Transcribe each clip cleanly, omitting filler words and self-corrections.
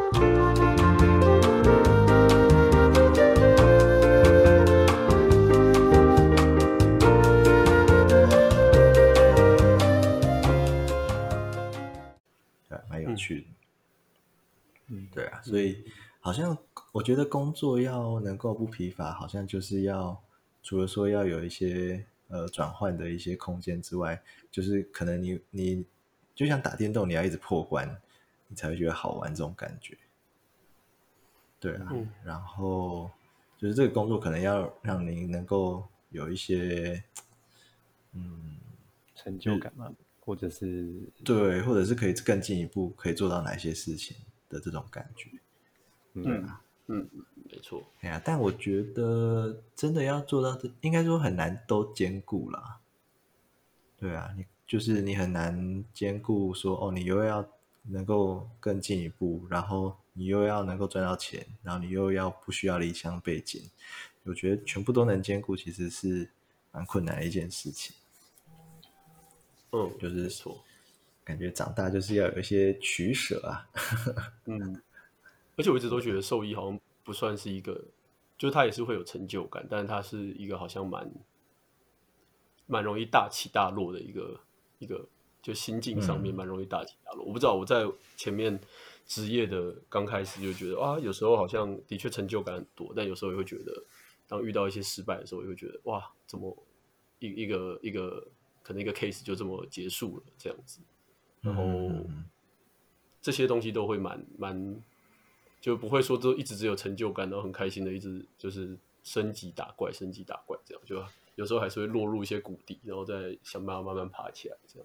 对，蛮有趣的。对啊，所以好像我觉得工作要能够不疲乏，好像就是要除了说要有一些转换的一些空间之外，就是可能你就像打电动，你要一直破关，你才会觉得好玩这种感觉。对啊，然后就是这个工作可能要让你能够有一些成就感嘛，或者是对，或者是可以更进一步可以做到哪些事情的这种感觉。对啊， 没错。 哎呀，但我觉得真的要做到这，应该说很难都兼顾啦。对啊，你很难兼顾说哦，你又要能够更进一步，然后你又要能够赚到钱，然后你又要不需要离乡背景，我觉得全部都能兼顾，其实是蛮困难的一件事情。就是没错。 感觉长大就是要有一些取舍啊。 而且我一直都觉得兽医好像不算是一个，就是他也是会有成就感，但是他是一个好像蛮容易大起大落的一个，就心境上面蛮容易大起大落。我不知道我在前面职业的刚开始就觉得啊，有时候好像的确成就感很多，但有时候也会觉得，当遇到一些失败的时候，也会觉得哇，怎么一个可能一个 case 就这么结束了这样子，然后这些东西都会蛮。就不会说都一直只有成就感，然后很开心的一直就是升级打怪这样，就有时候还是会落入一些谷底，然后再想办法慢慢爬起来这样。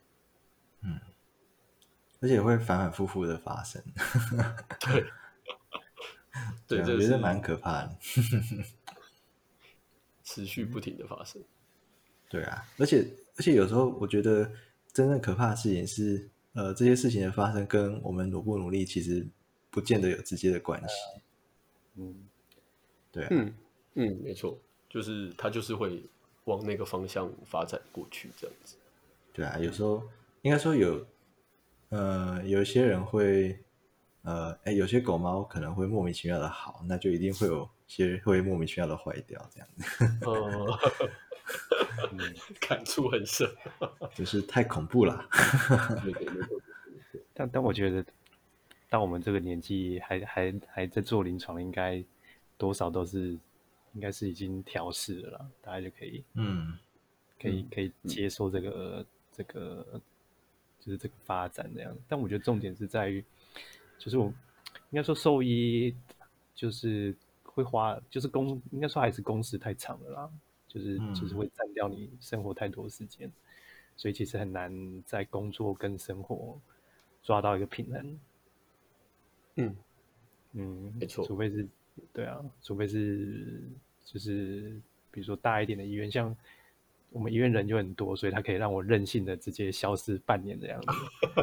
而且会反反复复的发生。 对，对， 我觉得蛮可怕的。 持续不停的发生。 对啊，而且有时候我觉得真正可怕的事情是，这些事情的发生跟我们努不努力其实不见得有直接的关系。对啊， 没错，就是他就是会往那个方向发展过去这样子。 对啊，有时候应该说有一些人会，有些狗猫可能会莫名其妙的好，那就一定会有些会莫名其妙的坏掉，这样子。 感触很深。 就是太恐怖了。 但我觉得，到我们这个年纪还在做临床，应该多少都是应该是已经调试了啦，大家就可以可以接受这个就是这个发展这样。但我觉得重点是在于，就是我应该说兽医就是会花，就是应该说还是工时太长了啦，就是会占掉你生活太多时间，所以其实很难在工作跟生活抓到一个平衡。 没错， 除非是对啊，除非是就是比如说大一点的医院，像我们医院人就很多，所以他可以让我任性的直接消失半年这样子。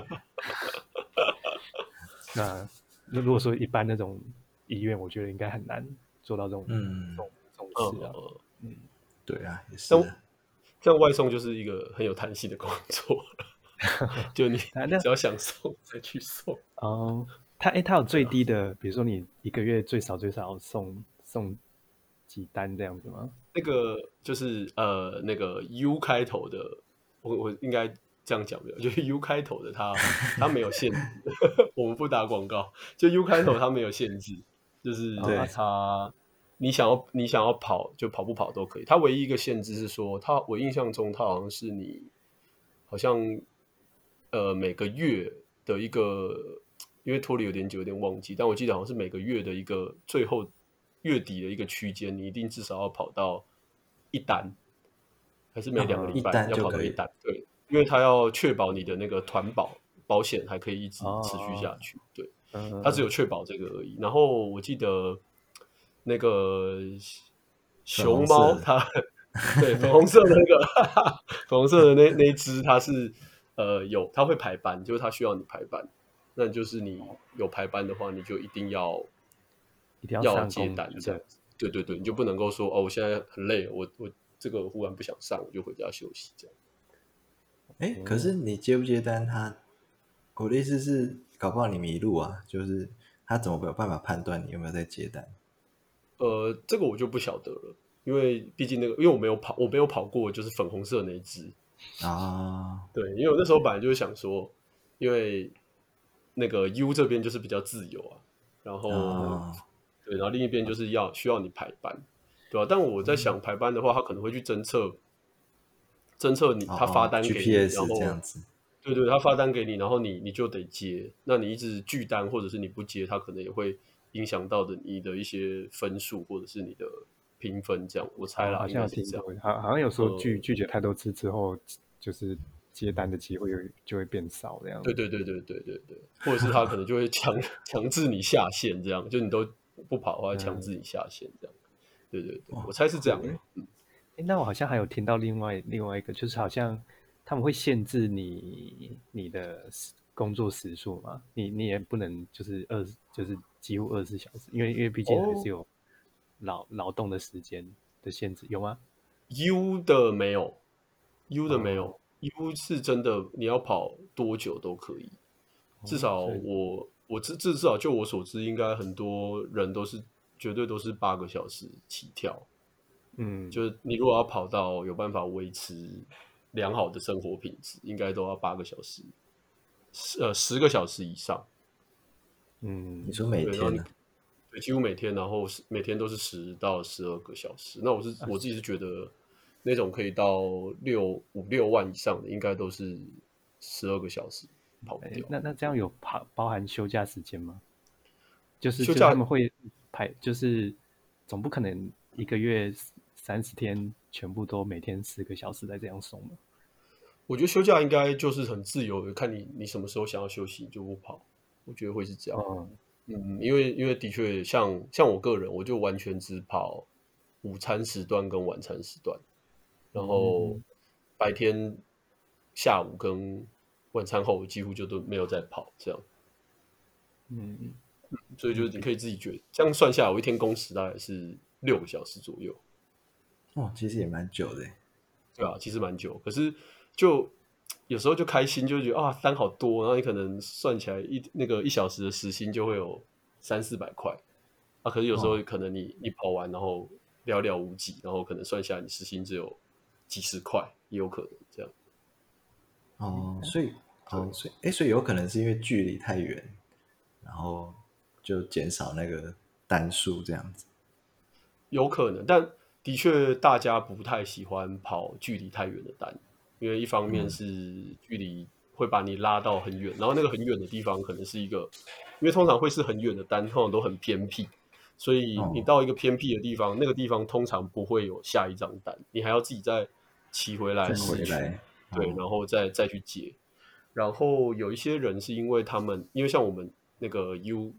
那如果说一般那种医院，我觉得应该很难做到这种事啊。 对啊，也是啊。 像外送就是一个很有弹性的工作，就你只要想送再去送。 他有最低的，比如说你一个月最少送几单这样子吗？ 那个就是那个 U 开头的，我应该这样讲没有？就是 U 开头的它没有限制，我们不打广告。就 U 开头它没有限制，就是它你想要跑就跑不跑都可以。它唯一一个限制是说，我印象中它好像是你好像每个月的一个，因为脱离有点久，有点忘记，但我记得好像是每个月的一个最后月底的一个区间，你一定至少要跑到一单，还是每2个礼拜要跑到一单？对，因为它要确保你的那个团保险还可以一直持续下去。对，它只有确保这个而已。然后我记得那个熊猫它对粉红色的那个粉红色的那一只，它是它会排班，就是它需要你排班。那就是你有排班的话，你就一定要接单这样子。对对对，你就不能够说哦，我现在很累，我这个忽然不想上，我就回家休息这样。 可是你接不接单我的意思是，搞不好你迷路啊，就是他怎么有办法判断你有没有在接单？ 这个我就不晓得了，因为毕竟因为我没有跑过就是粉红色那一只啊。 对，因为我那时候本来就是想说，因为那个 U 这边就是比较自由啊，然后、对，然后另一边就是需要你排班，对吧？但我在想排班的话，他可能会去侦测你，他发单给你， GPS 然后这样子。 对对，他发单给你，然后你就得接，那你一直拒单或者是你不接，他可能也会影响到你的一些分数或者是你的评分，这样我猜啦， 好像有听过，好像有说拒绝太多次之后，就是接单的机会就会变少这样。 对，或者是他可能就会强制你下线这样，就你都不跑的话，强制你下线这样。对，我猜是这样。 那我好像还有听到另外一个，就是好像他们会限制你的工作时数嘛，你也不能就是几乎24小时，因为毕竟还是有劳动的时间的限制，有吗 ？U 的没有，U 的没有，U 是真的你要跑多久都可以，至少至少就我所知，应该很多人绝对都是8个小时起跳。就是你如果要跑到有办法维持良好的生活品质，应该都要8个小时，10个小时以上。 你说每天呢？ 对，几乎每天，然后每天都是10到12个小时。那我自己是觉得，那种可以到5、6万以上的，应该都是12个小时跑不掉。 那这样有包含休假时间吗？就是他们会就是总不可能一个月30天全部都每天4个小时在这样送嘛？ 我觉得休假应该就是很自由的，看你什么时候想要休息，你就不跑。我觉得会是这样。因为的确像我个人，我就完全只跑午餐时段跟晚餐时段，然后白天、下午跟晚餐后几乎就都没有在跑这样。所以就是你可以自己觉得，这样算下来，我一天工时大概是6个小时左右。 其实也蛮久的。 对啊，其实蛮久，可是就有时候就开心，就觉得单好多，然后你可能算起来1小时的时薪就会有300-400块可是有时候可能你跑完，然后寥寥无几，然后可能算下来你时薪只有几十块，也有可能这样。 所以有可能是因为距离太远，然后就减少那个单数这样子。 有可能，但的确大家不太喜欢跑距离太远的单，因为一方面是距离会把你拉到很远，然后那个很远的地方可能是一个，因为通常会是很远的单，通常都很偏僻，所以你到一个偏僻的地方，那个地方通常不会有下一张单，你还要自己再骑回来市区，对，然后再去接。然后有一些人是因为因为像我们那个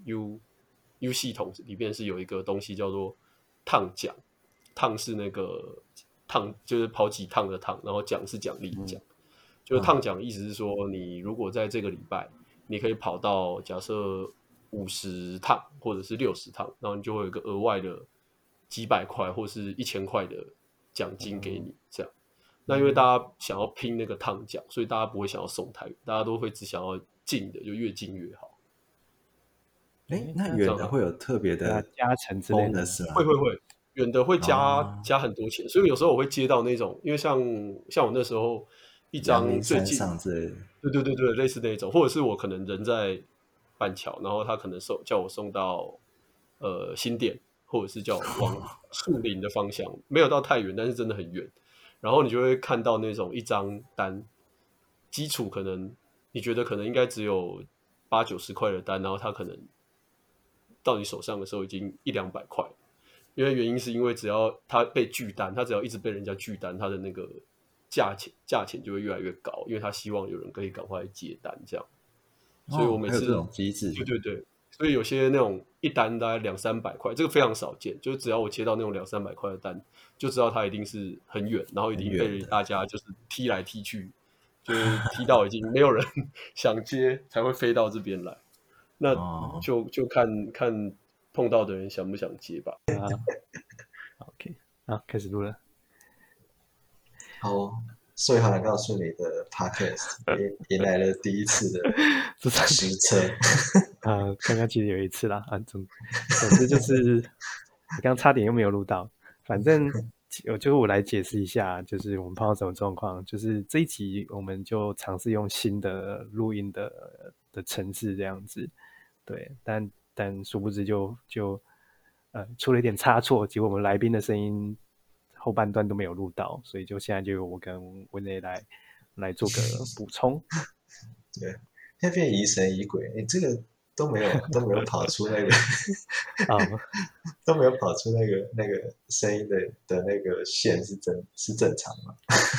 U 系统里面是有一个东西叫做趟奖，趟是那个趟就是跑几趟的趟，然后奖是奖励奖。就是趟奖意思是说，你如果在这个礼拜，你可以跑到假设50趟或者是60趟，然后你就会有一个额外的几百块或是1000块的奖金给你这样。那因为大家想要拼那个趟奖，所以大家不会想要送太远，大家都会只想要近的，就越近越好。 那远的会有特别的加成之类的吗？ 会，远的会加很多钱，所以有时候我会接到那种，因为像我那时候一张最近之类的， 对，类似那种，或者是我可能人在板桥，然后他可能叫我送到新店，或者是叫我往树林的方向，没有到太远，但是真的很远。然后你就会看到那种一张单，基础可能你觉得可能应该只有80-90块的单，然后他可能到你手上的时候已经100-200块，因为原因是因为只要他被拒单，他只要一直被人家拒单，他的那个价钱就会越来越高，因为他希望有人可以赶快接单这样。所以我每次还有这种机制， 对，所以有些那种一单大概200-300块，这个非常少见，就只要我接到那种200-300块的单，就知道它一定是很远，然后一定被大家就是踢来踢去，就是踢到已经没有人想接才会飞到这边来。那就看碰到的人想不想接吧。 OK， 开始录了。 好，所以好来告诉你的 Podcast 迎来了第一次的实测。 刚刚其实有一次啦，总之就是我刚差点又没有录到，反正我来解释一下，就是我们碰到什么状况，就是这一集我们就尝试用新的录音的程式这样子，对，但殊不知就出了一点差错，结果我们来宾的声音后半段都没有录到，所以就现在就由我跟文雷来做个补充。 对，现在变疑神疑鬼，你这个都没有跑出那个都没有跑出那个声音的那个线是正常吗？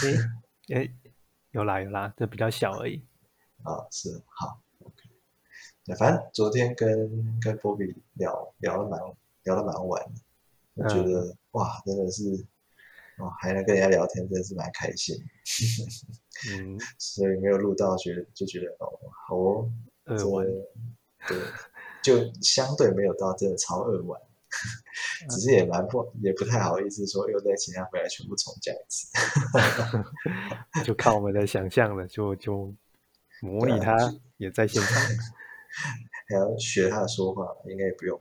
有啦，这比较小而已。 是好 ，OK。反正昨天跟波比聊得蛮晚的，我觉得哇，真的是还能跟人家聊天，真的是蛮开心。所以没有录到，就觉得好哦，对，就相对没有到真的超扼腕，只是也不太好意思说又再请他回来全部重讲一次， 就靠我们的想象了，就模拟他也在现场， 还要学他的说话，应该也不用。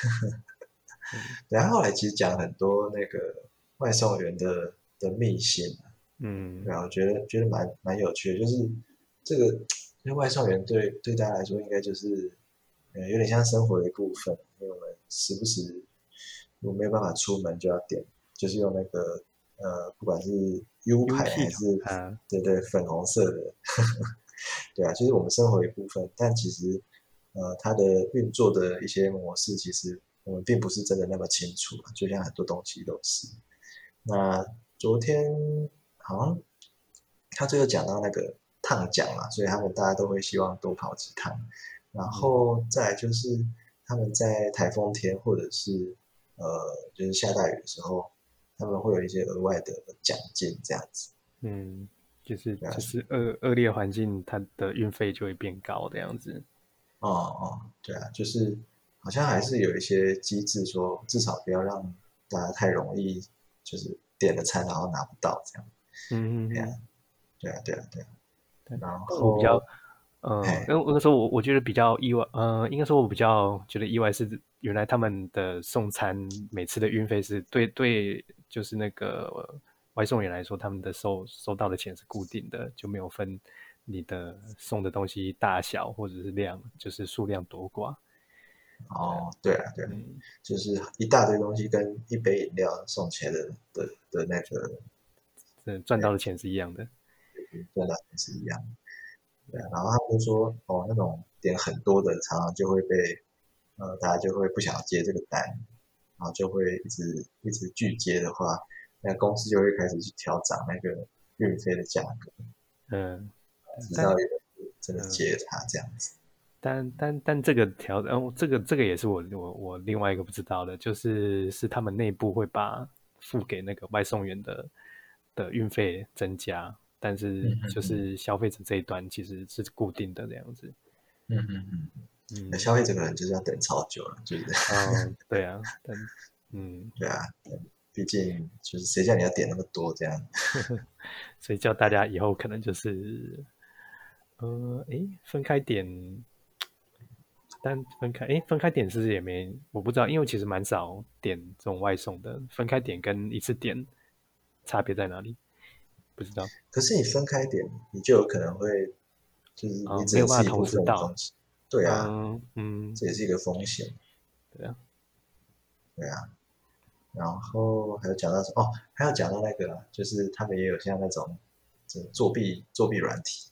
然后后来其实讲很多那个外送员的秘辛，对啊，我觉得蛮有趣的，就是这个因为外送员对大家来说应该就是有点像生活的一部分，因为我们时不时如果没有办法出门就要点，就是用那个不管是 U 盘还是对粉红色的，对啊，就是我们生活的一部分，但其实它的运作的一些模式，其实我们并不是真的那么清楚，就像很多东西都是。那昨天好像他最后讲到那个烫奖嘛，所以他们大家都会希望多跑几趟。然后再来就是他们在台风天或者是就是下大雨的时候，他们会有一些额外的奖金这样子。 就是恶劣环境，它的运费就会变高这样子。 对啊，就是好像还是有一些机制说，至少不要让大家太容易就是点了餐然后拿不到这样。对啊。然后我比较应该说我觉得比较意外，应该说我比较觉得意外是原来他们的送餐每次的运费是对就是那个外送员来说，他们的收到的钱是固定的，就没有分你的送的东西大小或者是量，就是数量多寡。 对啊，就是一大堆东西跟一杯饮料送起来的那个赚到的钱是一样的， 赚到钱是一样的。对啊，然后他们就说那种点很多的，常常就会被大家就会不想要接这个单，然后就会一直拒接的话，那公司就会开始去调涨那个运费的价格。直到有人真的接它这样子。 但这个这个也是我另外一个不知道的，就是他们内部会把付给那个外送员的运费增加，但是就是消费者这一端其实是固定的这样子。 消费者可能就是要等超久了，就是对啊， 对啊，毕竟就是谁叫你要点那么多这样， 所以叫大家以后可能就是分开点。但分开点是不是也没，我不知道，因为其实蛮少点这种外送的，分开点跟一次点差别在哪里？不知道。 可是你分开点，你就有可能会就是你只吃一部分的东西，对啊，这也是一个风险。 对啊，然后还有讲到还有讲到那个，就是他们也有像那种作弊软体。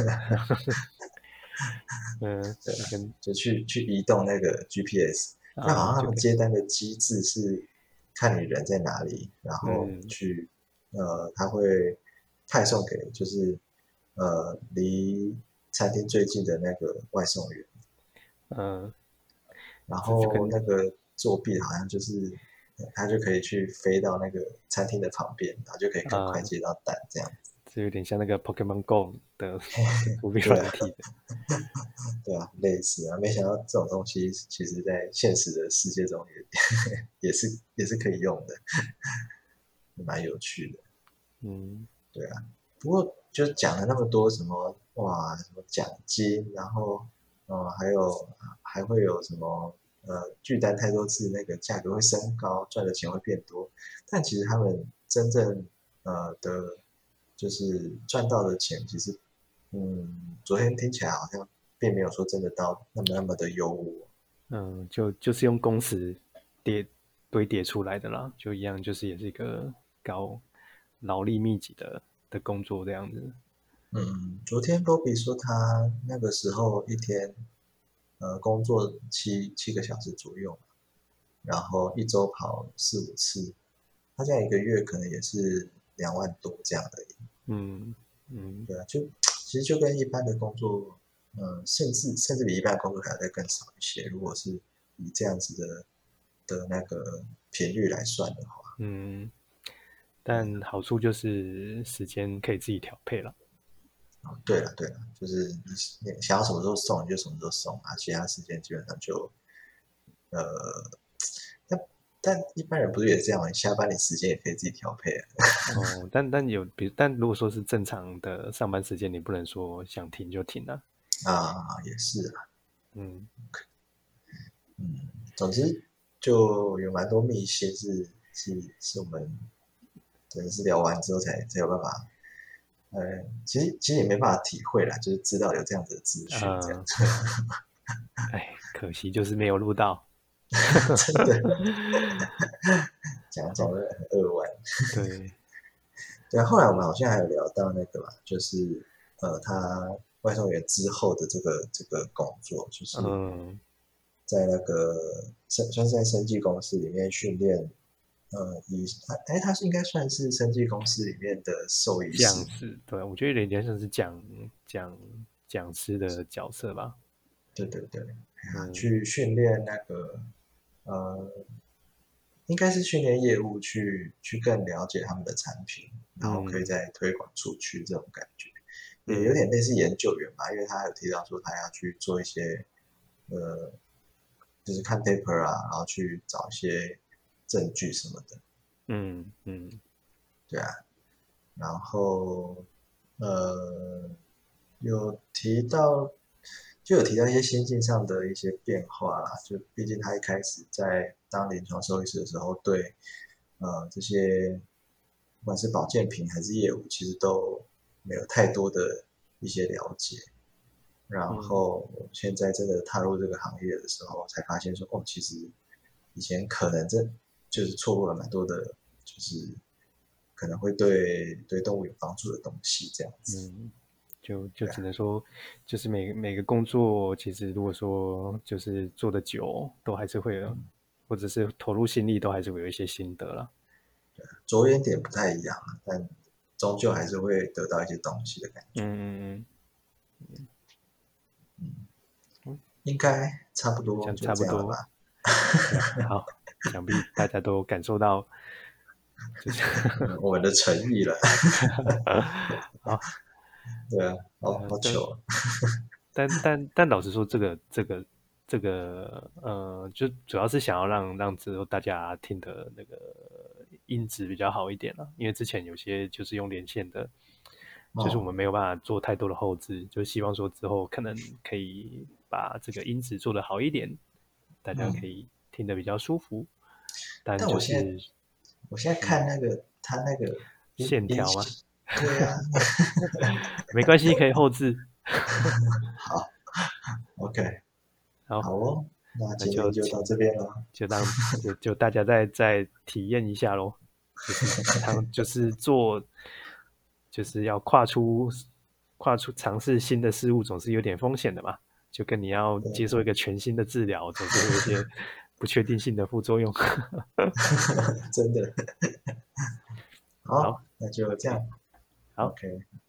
对，就去移动那个 GPS，那好像他们接单的机制是看你人在哪里，然后去他会派送给就是离餐厅最近的那个外送员，然后那个作弊好像就是他就可以去飞到那个餐厅的旁边，然后就可以更快接到单这样子。 这有点像那个 Pokemon Go 的作弊软体的。 对啊，类似啊，没想到这种东西其实在现实的世界中也是可以用的，蛮有趣的。对啊。不过就讲了那么多什么什么奖金，然后还会有什么拒单太多次，那个价格会升高，赚的钱会变多。但其实他们真正的就是赚到的钱，其实昨天听起来好像并没有说真的到那么的优渥。 就是用工时堆叠出来的啦，就一样，就是也是一个高劳力密集的工作这样子。 昨天 Bobby 说他那个时候一天工作七个小时左右，然后一周跑4、5次，他这样一个月可能也是2万多这样而已。对啊，其实就跟一般的工作，甚至比一般的工作还要再更少一些。如果是以这样子的那个频率来算的话， 但好处就是时间可以自己调配了。 对了，就是你想要什么时候送你就什么时候送啊，其他时间基本上就但一般人不是也这样吗？你下班你时间也可以自己调配啊。 但如果说是正常的上班时间，你不能说想停就停啊。 也是啦。 嗯， 总之就有蛮多秘辛是我们真的是聊完之后才有办法。其实也没办法体会啦，就是知道有这样子的资讯这样。 对啊。可惜就是没有录到。 真的讲的很扼腕。 对。 对啊，后来我们好像还有聊到那个嘛，就是他外送员之后的这个工作，就是在那个算是在生技公司里面训练。他是应该算是生技公司里面的兽医师。 讲师，对，我觉得有点像是讲师的角色吧。 对，去训练那个应该是训练业务去更了解他们的产品，然后可以再推广出去这种感觉。也有点类似研究员吧，因为他有提到说他要去做一些就是看 paper 啊，然后去找一些证据什么的。对啊，然后有提到一些心境上的一些变化啦，就毕竟他一开始在当临床兽医师的时候，对这些不管是保健品还是业务，其实都没有太多的一些了解。然后现在真的踏入这个行业的时候，才发现说，其实以前可能就是错过了蛮多的，就是可能会对动物有帮助的东西，这样子。 就只能说，就是每个工作，其实如果说就是做得久，都还是会有，或者是投入心力，都还是会有一些心得啦。 着眼点不太一样，但终究还是会得到一些东西的感觉。应该差不多就这样了吧。 好，想必大家都感受到就是我们的诚意了。 好。 对啊，好糗。 但老实说，这个就主要是想要让之后大家听的那个音质比较好一点啦，因为之前有些就是用连线的，就是我们没有办法做太多的后置，就希望说之后可能可以把这个音质做得好一点，大家可以听得比较舒服。但我现在看那个他那个线条吗？ 对啊。 没关系，可以后置。 好 ，OK， 好哦，那今天就到这边了。 就大家再体验一下咯。就是就是要跨出尝试新的事物，总是有点风险的嘛。就跟你要接受一个全新的治疗，总是有一些不确定性的副作用。 真的。好，那就这样。 好 ，OK。